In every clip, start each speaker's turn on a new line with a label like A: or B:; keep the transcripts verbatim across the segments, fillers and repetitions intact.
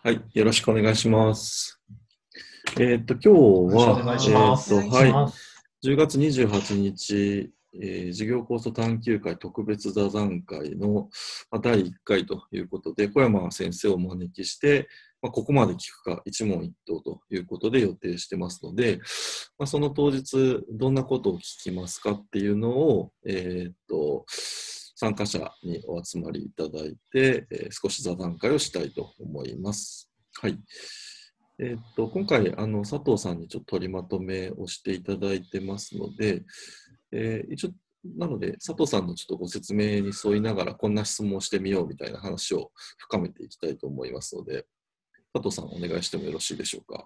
A: はい、よろしくお願いします。えっと、今日は、
B: よろしくお願いします。
A: えっと、
C: お願いし
A: はい、
C: ます。
A: じゅうがつにじゅうはちにち、えー事業構想探究会特別座談会のまあだいいっかいということで、小山先生をお招きして、まあ、ここまで聞くか一問一答ということで予定してますので、まあ、その当日どんなことを聞きますかっていうのを、えっと、参加者にお集まりいただいて、えー少し座談会をしたいと思います。はい。えーっと、今回、あの、佐藤さんにちょっと取りまとめをしていただいてますので、えー一応、なので、佐藤さんのちょっとご説明に沿いながら、こんな質問をしてみようみたいな話を深めていきたいと思いますので、佐藤さん、お願いしてもよろしいでしょうか。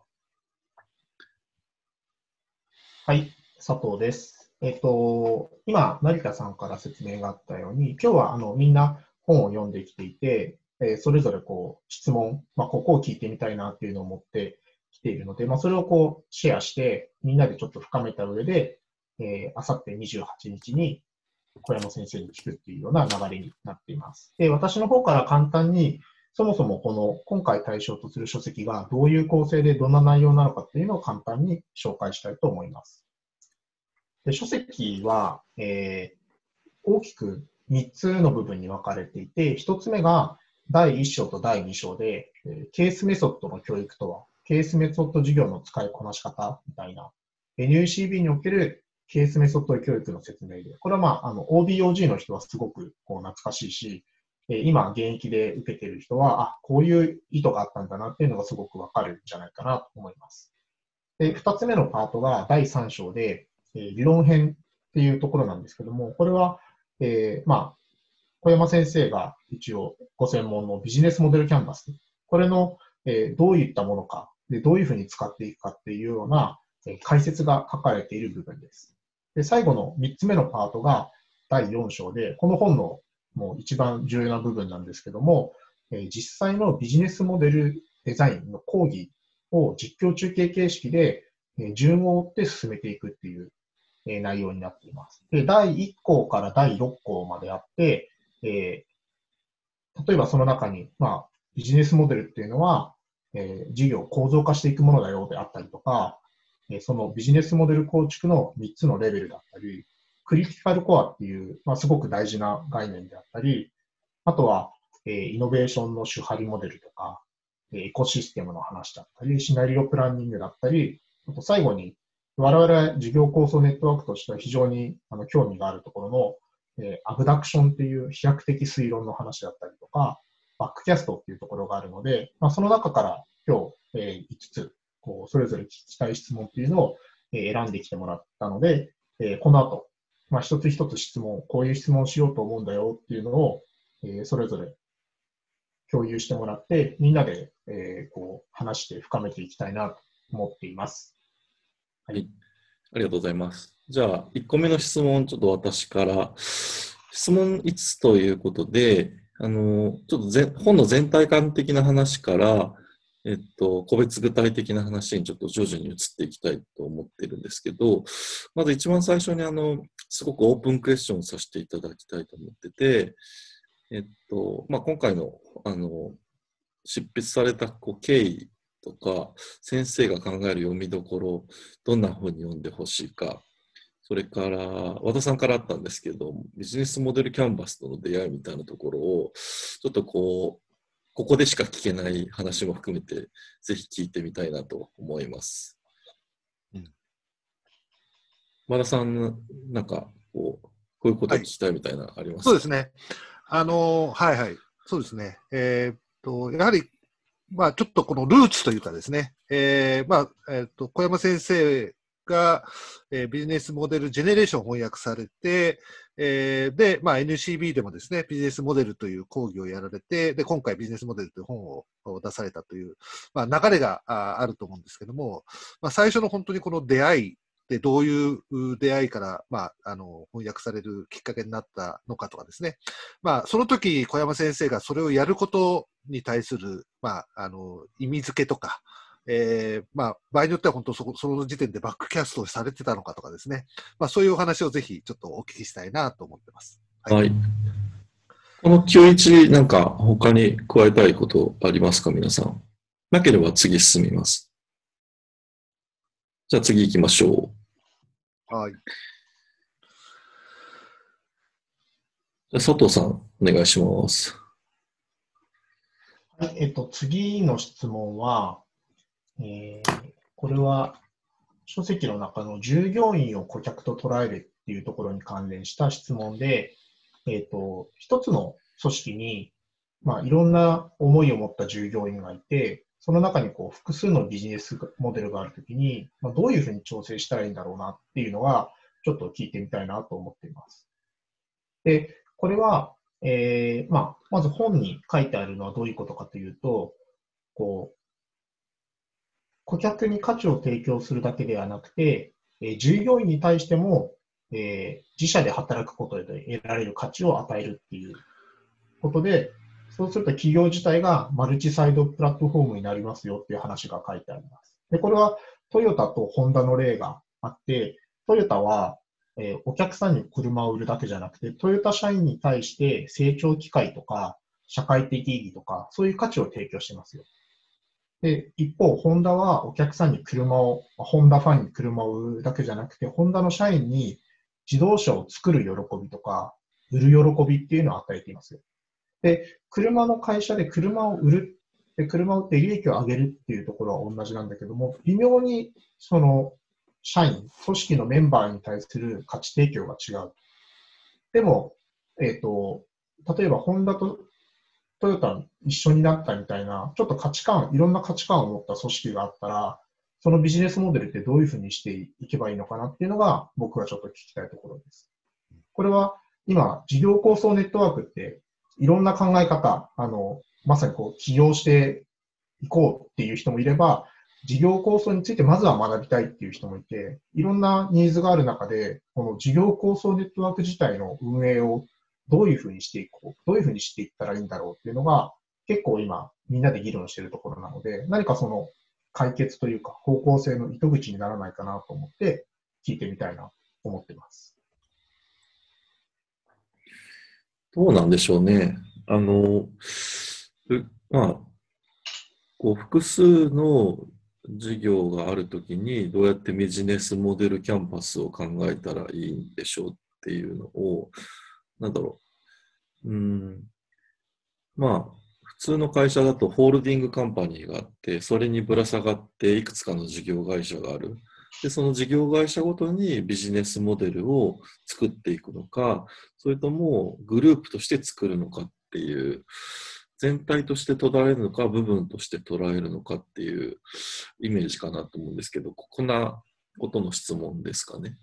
B: はい、佐藤です。えっと、今、成田さんから説明があったように、今日はあのみんな本を読んできていて、えーそれぞれこう質問、まあ、ここを聞いてみたいなっていうのを持ってきているので、まあ、それをこうシェアして、みんなでちょっと深めた上で、えー、あさってにじゅうはちにちに小山先生に聞くっていうような流れになっています。で、私の方から簡単に、そもそもこの今回対象とする書籍がどういう構成でどんな内容なのかっていうのを簡単に紹介したいと思います。で書籍は、えー大きくみっつの部分に分かれていて、ひとつめがだいいっ章とだいに章で、えーケースメソッドの教育とは、ケースメソッド授業の使いこなし方みたいな、エヌユーシービー におけるケースメソッド教育の説明で、これはまあ、あの オービーオージー の人はすごくこう懐かしいし、えー今現役で受けている人は、あ、こういう意図があったんだなっていうのがすごくわかるんじゃないかなと思います。で、ふたつめのパートがだいさん章で、えー理論編っていうところなんですけども、これは、えーまあ、小山先生が一応ご専門のビジネスモデルキャンバス、これの、えーどういったものか、で、どういうふうに使っていくかっていうような、えー解説が書かれている部分です。で、最後のみっつめのパートがだいよん章で、この本のもう一番重要な部分なんですけども、えー実際のビジネスモデルデザインの講義を実況中継形式で、えー順を追って進めていくっていう、えー内容になっています。で、だいいっ項からだいろっ項まであって、えー例えばその中に、まあ、ビジネスモデルっていうのは、えー事業を構造化していくものだよであったりとか、えーそのビジネスモデル構築のみっつのレベルだったり、クリティカルコアっていう、まあ、すごく大事な概念であったり、あとは、えーイノベーションの主張りモデルとか、えーエコシステムの話だったり、シナリオプランニングだったり、あと最後に、我々事業構想ネットワークとしては非常にあの興味があるところの、えーアブダクションっていう飛躍的推論の話だったりとか、バックキャストっていうところがあるので、まあ、その中から今日、えーいつつ、こう、それぞれ聞きたい質問っていうのを、えー選んできてもらったので、えーこの後、まあ、一つ一つ質問、こういう質問をしようと思うんだよっていうのを、えーそれぞれ共有してもらって、みんなで、えーこう話して深めていきたいなと思っています。
A: はい。ありがとうございます。じゃあ、いっこめの質問、ちょっと私から。質問いつつということで、あの、ちょっとぜ本の全体感的な話から、えっと、個別具体的な話にちょっと徐々に移っていきたいと思ってるんですけど、まず一番最初にあの、すごくオープンクエスチョンをさせていただきたいと思ってて、えっと、まあ、今回の、あの、執筆されたこう経緯とか、先生が考える読みどころ、どんな風に読んでほしいか、それから、和田さんからあったんですけど、ビジネスモデルキャンバスとの出会いみたいなところを、ちょっとこう、ここでしか聞けない話も含めて、ぜひ聞いてみたいなと思います。うん、和田さん、なんかこう、こういうことを聞
C: はい。
A: きたいみたいなのありますか？
C: そうですね。あの、はいはい。そうですね。えーっと、やはり、まあ、ちょっとこのルーツというかですね、えー、まあ、えーっと、小山先生が、えービジネスモデルジェネレーションを翻訳されて、えーで、まあ、エヌシービー でもですね、ビジネスモデルという講義をやられて、で、今回ビジネスモデルという本を出されたという、まあ、流れがああると思うんですけども、まあ、最初の本当にこの出会い、で、どういう出会いから、まあ、あの、翻訳されるきっかけになったのかとかですね。まあ、その時、小山先生がそれをやることに対する、まあ、あの、意味付けとか、えー、まあ、場合によっては本当そこ、その時点でバックキャストをされてたのかとかですね。まあ、そういうお話をぜひちょっとお聞きしたいなと思ってます。はい。
A: はい。このきゅうじゅういち、なんか他に加えたいことありますか、皆さん。 なければ次進みます。じゃあ次行きましょ
C: う。はい。
A: じゃあ佐藤さん、お願いします。
B: はい、えっと、次の質問は、えー、これは書籍の中の従業員を顧客と捉えるっていうところに関連した質問で、えっと、一つの組織に、まあ、いろんな思いを持った従業員がいて、その中にこう複数のビジネスモデルがあるときに、まあ、どういうふうに調整したらいいんだろうなっていうのが、ちょっと聞いてみたいなと思っています。で、これは、えーまあ、まず本に書いてあるのはどういうことかというと、こう、顧客に価値を提供するだけではなくて、えー従業員に対しても、えー自社で働くことで得られる価値を与えるっていうことで、そうすると企業自体がマルチサイドプラットフォームになりますよっていう話が書いてあります。で、これはトヨタとホンダの例があって、トヨタは、えーお客さんに車を売るだけじゃなくて、トヨタ社員に対して成長機会とか、社会的意義とか、そういう価値を提供してますよ。で、一方、ホンダはお客さんに車を、ホンダファンに車を売るだけじゃなくて、ホンダの社員に自動車を作る喜びとか、売る喜びっていうのを与えていますよ。で、車の会社で車を売る。で、車を売って利益を上げるっていうところは同じなんだけども、微妙にその社員、組織のメンバーに対する価値提供が違う。でも、えっと、例えばホンダとトヨタ一緒になったみたいな、ちょっと価値観、いろんな価値観を持った組織があったら、そのビジネスモデルってどういうふうにしていけばいいのかなっていうのが僕はちょっと聞きたいところです。これは今、事業構想ネットワークっていろんな考え方、あの、まさにこう起業していこうっていう人もいれば、事業構想についてまずは学びたいっていう人もいて、いろんなニーズがある中で、この事業構想ネットワーク自体の運営をどういうふうにしていこう、どういうふうにしていったらいいんだろうっていうのが、結構今、みんなで議論しているところなので、何かその解決というか、方向性の糸口にならないかなと思って、聞いてみたいなと思っています。
A: どうなんでしょうね。あの、まあ、こう複数の事業があるときにどうやってビジネスモデルキャンパスを考えたらいいんでしょうっていうのを、なんだろう。うん、まあ、普通の会社だとホールディングカンパニーがあって、それにぶら下がっていくつかの事業会社がある。で、その事業会社ごとにビジネスモデルを作っていくのか、それともグループとして作るのかっていう、全体として捉えるのか、部分として捉えるのかっていうイメージかなと思うんですけど、こんなことの質問ですかね。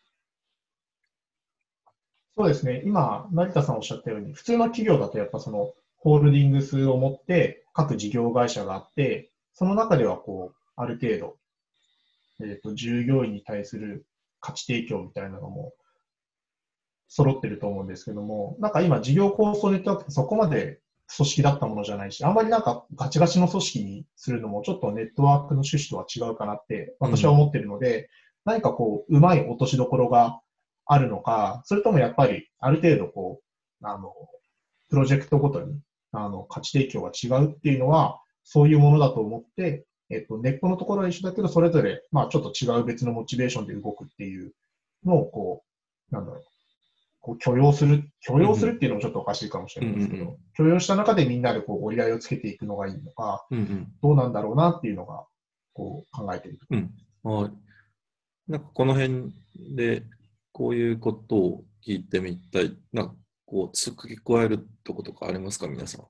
B: そうですね。今、成田さんおっしゃったように、普通の企業だとやっぱそのホールディングスを持って各事業会社があって、その中ではこう、ある程度、えっと、従業員に対する価値提供みたいなのも揃ってると思うんですけども、なんか今事業構想ネットワークってそこまで組織だったものじゃないし、あんまりなんかガチガチの組織にするのもちょっとネットワークの趣旨とは違うかなって私は思ってるので、うん、何かこう、うまい落としどころがあるのか、それともやっぱりある程度こう、あの、プロジェクトごとにあの価値提供が違うっていうのは、そういうものだと思って、えっと、根っこのところは一緒だけど、それぞれ、まあちょっと違う別のモチベーションで動くっていうのを、こう、なんだろう、こう許容する、許容するっていうのもちょっとおかしいかもしれないですけど、うんうん、許容した中でみんなでこう折り合いをつけていくのがいいのか、うんうん、どうなんだろうなっていうのが、こう考えていると、うん。
A: はい。なんかこの辺で、こういうことを聞いてみたい、なんかこう、付け加えるとことかありますか、皆さん。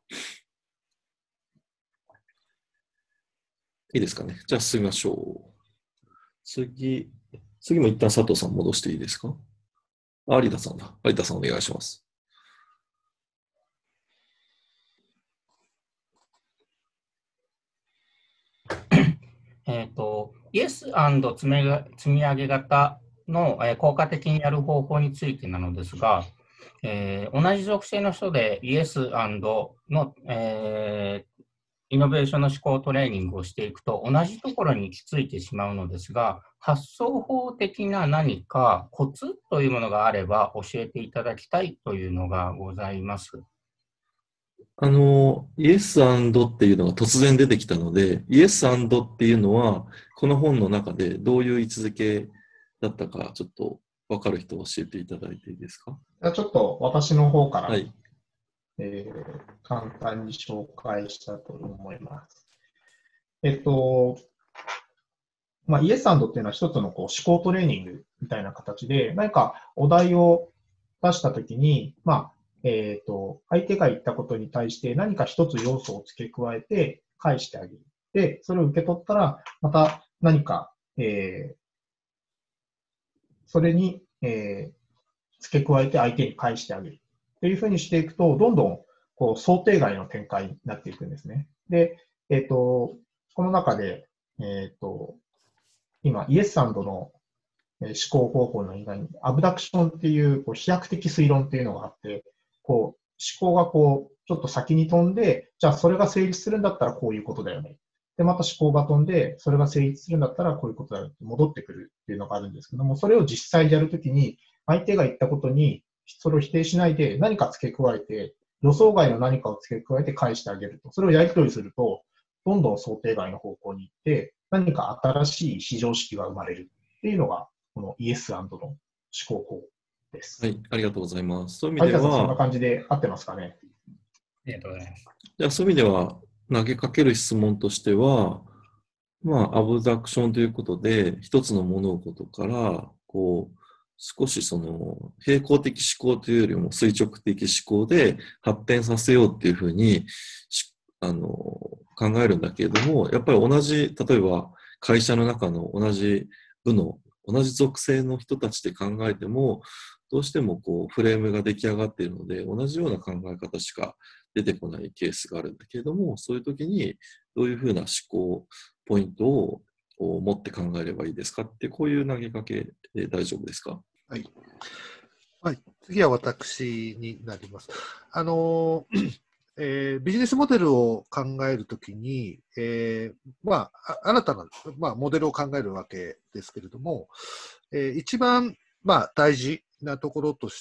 A: いいですかね。じゃあ進みましょう。次、次も一旦佐藤さん戻していいですか。あ、有田さんだ。有田さんお願いします。
D: えっと、イエス&積み積み上げ型の、えー、効果的にやる方法についてなのですが、えー、同じ属性の人でイエス&の、えー、イノベーションの思考トレーニングをしていくと同じところに行き着いてしまうのですが、発想法的な何かコツというものがあれば教えていただきたいというのがございます。
A: あの、イエスアンドっていうのが突然出てきたので、イエスアンドっていうのは、この本の中でどういう位置づけだったか、ちょっと分かる人教えていただいていいですか？
B: じゃあちょっと私の方から、
A: はい。
B: えー簡単に紹介したと思います。えっと、まあ、イエスアンドっていうのは一つのこう思考トレーニングみたいな形で、何かお題を出したときに、まあ、えっと、相手が言ったことに対して何か一つ要素を付け加えて返してあげる。で、それを受け取ったら、また何か、えー、それに、えー、付け加えて相手に返してあげる。っていうふうにしていくと、どんどんこう想定外の展開になっていくんですね。で、えっと、この中で、えっと、今、イエスアンドの思考方法の以外に、アブダクションっていうこう飛躍的推論っていうのがあって、こう思考がこうちょっと先に飛んで、じゃあそれが成立するんだったらこういうことだよね。で、また思考が飛んで、それが成立するんだったらこういうことだよって戻ってくるっていうのがあるんですけども、それを実際やるときに、相手が言ったことに、それを否定しないで何か付け加えて、予想外の何かを付け加えて返してあげると。それをやり取りすると、どんどん想定外の方向に行って、何か新しい非常識が生まれるっていうのが、このイエスアンドの思考法です。
A: はい、ありがとうございます。そういう意味で
B: 有田さん、そんな
A: は、
B: 感じで合ってますかね？
D: ありがとうございます。
A: じゃあそういう意味では、投げかける質問としては、まあ、アブダクションということで、一つの物事から、こう、少しその、平行的思考というよりも垂直的思考で発展させようっていうふうに、あの、考えるんだけれども、やっぱり同じ、例えば会社の中の同じ部の、同じ属性の人たちで考えても、どうしてもこう、フレームが出来上がっているので、同じような考え方しか出てこないケースがあるんだけれども、そういう時に、どういうふうな思考、ポイントを持って考えればいいですかって、こういう投げかけで大丈夫ですか？
C: はい。はい、次は私になります。あのえー、ビジネスモデルを考えるときに、えーまあ、新たな、まあ、モデルを考えるわけですけれども、えー、一番、まあ、大事なところとして、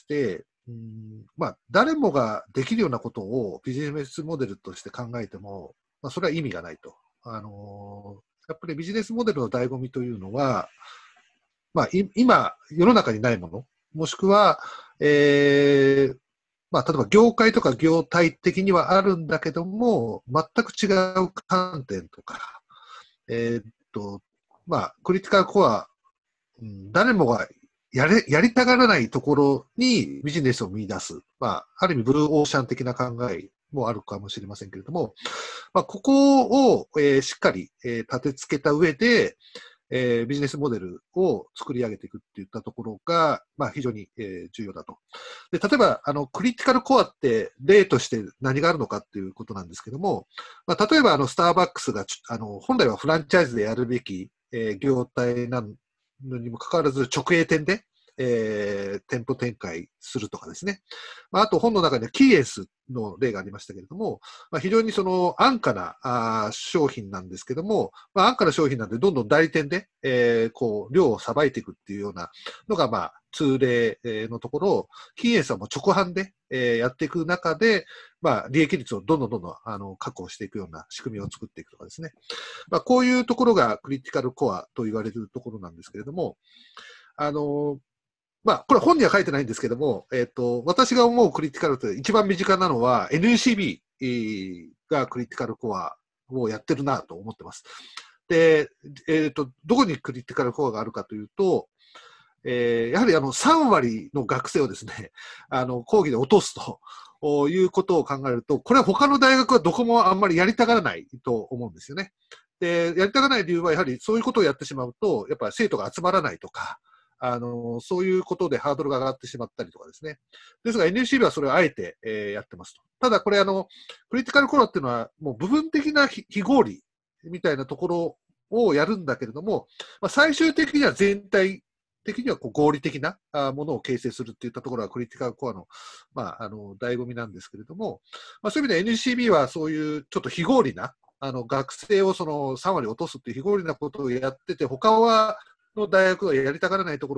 C: うんまあ、誰もができるようなことをビジネスモデルとして考えても、まあ、それは意味がないと。あのーやっぱりビジネスモデルの醍醐味というのは、まあ、今、世の中にないもの、もしくは、えーまあ、例えば業界とか業態的にはあるんだけども、全く違う観点とか、えーっと、まあ、クリティカルコア、うん、誰もがやれ、やりたがらないところにビジネスを見出す。まあ、ある意味ブルーオーシャン的な考えもあるかもしれませんけれども、まあ、ここを、えー、しっかり、えー、立て付けた上で、えー、ビジネスモデルを作り上げていくっていったところが、まあ、非常に、えー、重要だと。で、例えば、あの、クリティカルコアって例として何があるのかっていうことなんですけども、まあ、例えば、あの、スターバックスが、あの、本来はフランチャイズでやるべき、えー、業態なのにもかかわらず直営店で、えー、店舗展開するとかですね。まあ、あと本の中にはキーエンスの例がありましたけれども、まあ、非常にその安価なあ商品なんですけども、まあ、安価な商品なんでどんどん代理店で、えー、こう量をさばいていくっていうようなのがまあ通例のところを、キーエンスはもう直販で、えー、やっていく中で、まあ、利益率をどんどんどんどんあの確保していくような仕組みを作っていくとかですね。まあ、こういうところがクリティカルコアと言われるところなんですけれども、あのまあ、これ本には書いてないんですけども、えっと、私が思うクリティカルって一番身近なのは エヌユーシービー がクリティカルコアをやってるなと思ってます。で、えっと、どこにクリティカルコアがあるかというと、えー、やはりあのさん割の学生をですね、あの講義で落とすということを考えると、これは他の大学はどこもあんまりやりたがらないと思うんですよね。で、やりたがらない理由はやはりそういうことをやってしまうと、やっぱり生徒が集まらないとか、あの、そういうことでハードルが上がってしまったりとかですね。ですが エヌユーシービー はそれをあえて、えー、やってますと。ただこれあの、クリティカルコアっていうのはもう部分的な非合理みたいなところをやるんだけれども、まあ、最終的には全体的にはこう合理的なものを形成するっていったところがクリティカルコアの、まあ、あの、醍醐味なんですけれども、まあ、そういう意味で エヌユーシービー はそういうちょっと非合理な、あの、学生をそのさん割落とすっていう非合理なことをやってて、他は、の大学はやりたがらないところをやっ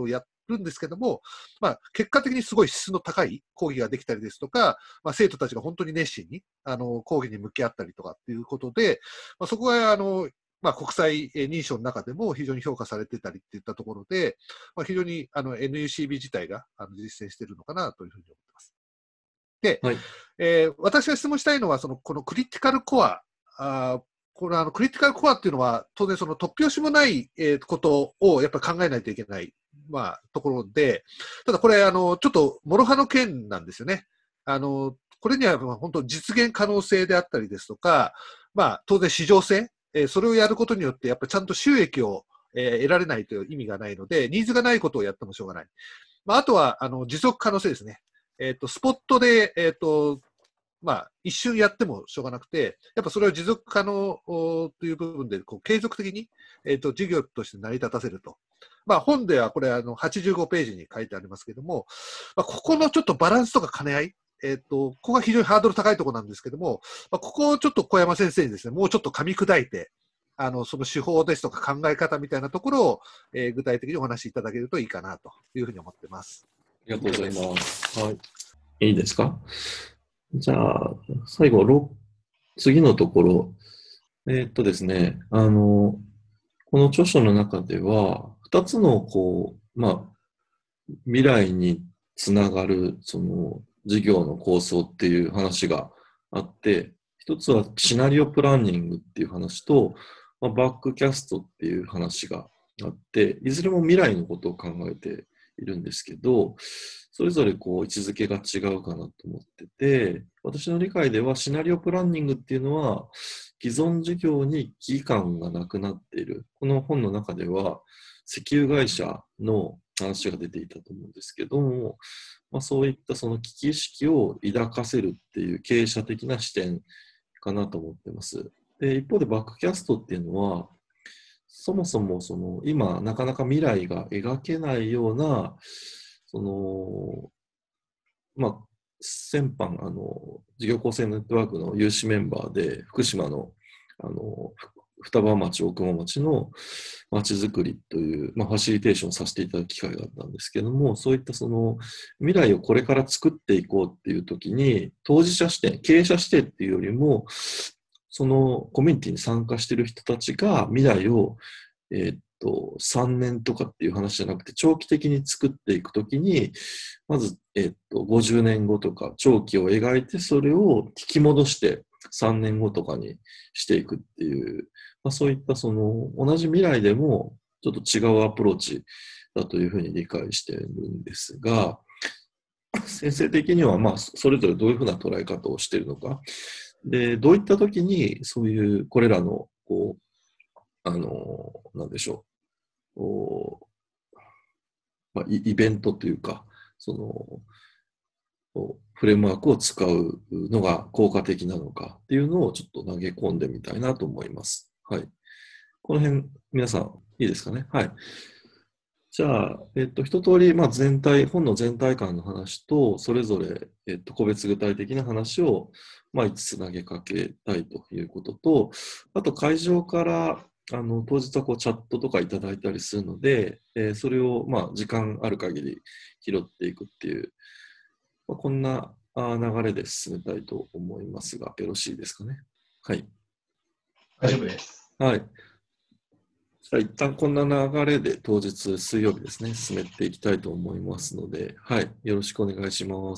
C: るんですけども、まあ、結果的にすごい質の高い講義ができたりですとか、まあ、生徒たちが本当に熱心にあの講義に向き合ったりとかっていうことで、まあ、そこがあの、まあ、国際認証の中でも非常に評価されてたりっていったところで、まあ、非常にあの エヌユーシービー 自体があの実践しているのかなというふうに思っています。で、はい、えー、私が質問したいのは、そのこのクリティカルコア、あこのあのクリティカルコアっていうのは、当然その突拍子もない、えー、ことをやっぱり考えないといけない、まあ、ところで、ただこれ、あのちょっと諸刃の剣なんですよね。あのこれには本当実現可能性であったりですとか、まあ、当然市場性、えー、それをやることによって、やっぱりちゃんと収益を、えー、得られないという意味がないので、ニーズがないことをやってもしょうがない。まあ、あとはあの持続可能性ですね。えっと、スポットで、えっと、まあ、一瞬やってもしょうがなくて、やっぱそれを持続可能という部分で、こう継続的に、えっと、事業として成り立たせると。まあ、本ではこれ、あの、はちじゅうごページに書いてありますけども、まあ、ここのちょっとバランスとか兼ね合い、えっと、ここが非常にハードル高いところなんですけども、まあ、ここをちょっと小山先生にですね、もうちょっと噛み砕いて、あの、その手法ですとか考え方みたいなところを、えー、具体的にお話しいただけるといいかなというふうに思ってます。
A: ありがとうございます。はい。いいですか？じゃあ、最後、次のところ。えー、っとですね、あの、この著書の中では、二つの、こう、まあ、未来につながる、その、事業の構想っていう話があって、一つはシナリオプランニングっていう話と、まあ、バックキャストっていう話があって、いずれも未来のことを考えているんですけど、それぞれこう位置づけが違うかなと思ってて、私の理解ではシナリオプランニングっていうのは、既存事業に危機感がなくなっている。この本の中では、石油会社の話が出ていたと思うんですけども、まあ、そういったその危機意識を抱かせるっていう経営者的な視点かなと思っています。で、一方でバックキャストっていうのは、そもそもその今なかなか未来が描けないような、その、まあ、先般、あの、事業構成ネットワークの有志メンバーで、福島の、あの、双葉町、大熊町の町づくりという、まあ、ファシリテーションさせていただく機会があったんですけども、そういったその未来をこれから作っていこうっていう時に、当事者視点、経営者視点っていうよりも、そのコミュニティに参加している人たちが未来を、えーっと、さんねんとかっていう話じゃなくて、長期的に作っていくときに、まず、えーっと、ごじゅうねんごとか長期を描いて、それを引き戻してさんねんごとかにしていくっていう、まあ、そういったその同じ未来でもちょっと違うアプローチだというふうに理解しているんですが、先生的にはまあそれぞれどういうふうな捉え方をしているのか。で、どういったときにそういうこれらのこうあの、なんでしょう、まあ、イベントというか、その、フレームワークを使うのが効果的なのかっていうのをちょっと投げ込んでみたいなと思います。はい。この辺、皆さん、いいですかね。はい。じゃあ、えっと、一通り、まあ、全体、本の全体感の話と、それぞれ、えっと、個別具体的な話を、まあ、いつつ投げかけたいということと、あと、会場から、あの、当日はこう、チャットとかいただいたりするので、えー、それを、まあ、時間ある限り拾っていくっていう、まあ、こんな流れで進めたいと思いますが、よろしいですかね。はい。
B: 大丈夫です。
A: はい。はい、じゃあ一旦こんな流れで当日水曜日ですね、進めていきたいと思いますので、はい、よろしくお願いします。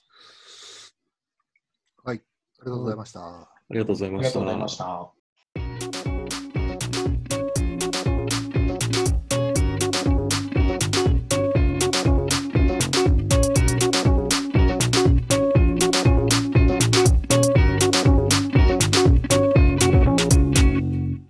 C: はい、ありがとうございました。あ
A: りがとうございました。
B: ありがとうございました。